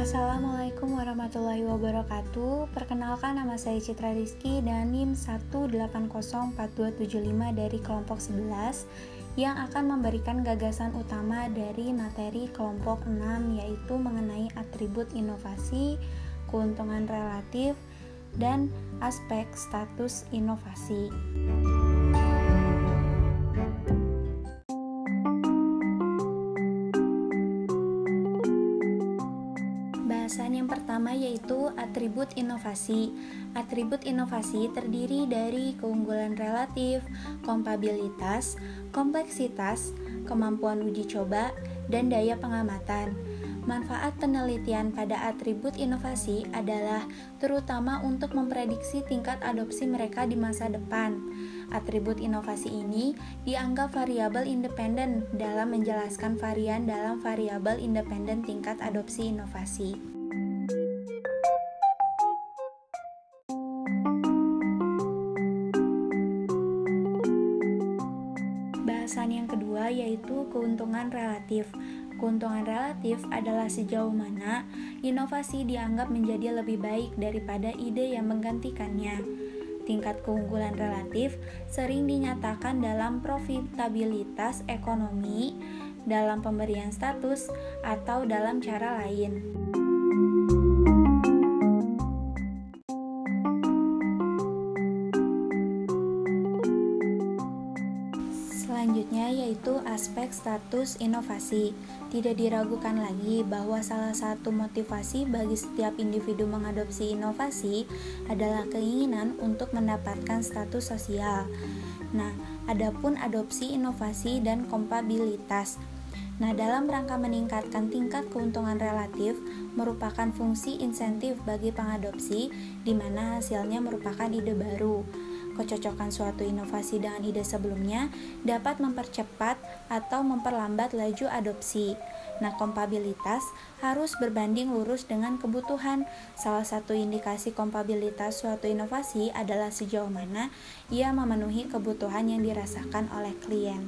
Assalamualaikum warahmatullahi wabarakatuh. Perkenalkan, nama saya Citra Rizky dan NIM 1804275 dari kelompok 11 yang akan memberikan gagasan utama dari materi kelompok 6, yaitu mengenai atribut inovasi, keuntungan relatif, dan aspek status inovasi. Bahasan yang pertama yaitu atribut inovasi. Atribut inovasi terdiri dari keunggulan relatif, kompabilitas, kompleksitas, kemampuan uji coba, dan daya pengamatan. Manfaat penelitian pada atribut inovasi adalah terutama untuk memprediksi tingkat adopsi mereka di masa depan. Atribut inovasi ini dianggap variabel independen dalam menjelaskan varian dalam variabel independen tingkat adopsi inovasi. Bahasan yang kedua yaitu keuntungan relatif. Keuntungan relatif adalah sejauh mana inovasi dianggap menjadi lebih baik daripada ide yang menggantikannya. Tingkat keunggulan relatif sering dinyatakan dalam profitabilitas ekonomi, dalam pemberian status, atau dalam cara lain. Selanjutnya yaitu aspek status inovasi. Tidak diragukan lagi bahwa salah satu motivasi bagi setiap individu mengadopsi inovasi adalah keinginan untuk mendapatkan status sosial. Nah, adapun adopsi inovasi dan kompabilitas. Nah, dalam rangka meningkatkan tingkat keuntungan relatif merupakan fungsi insentif bagi pengadopsi di mana hasilnya merupakan ide baru. Kecocokan suatu inovasi dengan ide sebelumnya dapat mempercepat atau memperlambat laju adopsi. Nah, kompabilitas harus berbanding lurus dengan kebutuhan. Salah satu indikasi kompabilitas suatu inovasi adalah sejauh mana ia memenuhi kebutuhan yang dirasakan oleh klien.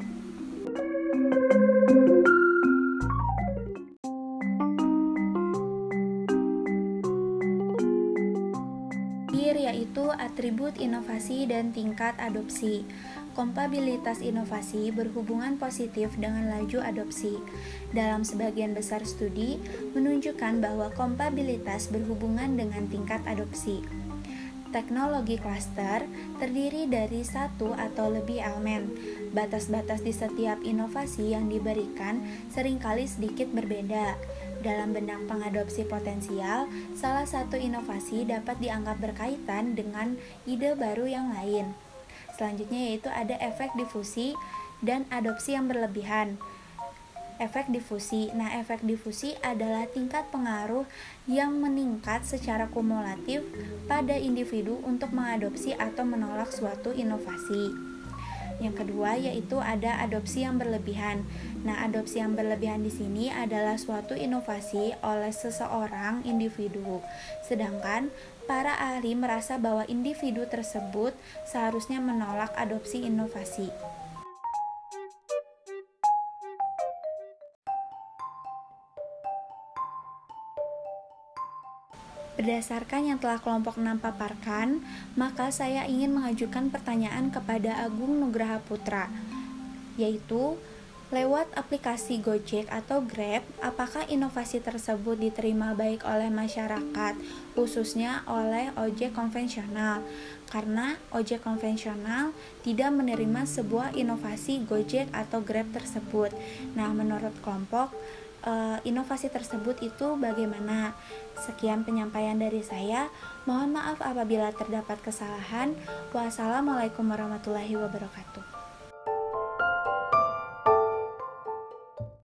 Yaitu atribut inovasi dan tingkat adopsi. Kompabilitas inovasi berhubungan positif dengan laju adopsi. Dalam sebagian besar studi menunjukkan bahwa kompabilitas berhubungan dengan tingkat adopsi. Teknologi klaster terdiri dari satu atau lebih elemen. Batas-batas di setiap inovasi yang diberikan seringkali sedikit berbeda. Dalam benang pengadopsi potensial, salah satu inovasi dapat dianggap berkaitan dengan ide baru yang lain. Selanjutnya yaitu ada efek difusi dan adopsi yang berlebihan. Efek difusi. Nah, efek difusi adalah tingkat pengaruh yang meningkat secara kumulatif pada individu untuk mengadopsi atau menolak suatu inovasi. Yang kedua yaitu ada adopsi yang berlebihan. Nah, adopsi yang berlebihan di sini adalah suatu inovasi oleh seseorang individu. Sedangkan para ahli merasa bahwa individu tersebut seharusnya menolak adopsi inovasi. Berdasarkan yang telah kelompok 6 paparkan, maka saya ingin mengajukan pertanyaan kepada Agung Nugraha Putra, yaitu lewat aplikasi Gojek atau Grab, apakah inovasi tersebut diterima baik oleh masyarakat, khususnya oleh ojek konvensional? Karena ojek konvensional tidak menerima sebuah inovasi Gojek atau Grab tersebut. Nah, menurut kelompok, inovasi tersebut itu bagaimana? Sekian penyampaian dari saya. Mohon maaf apabila terdapat kesalahan. Wassalamualaikum warahmatullahi wabarakatuh.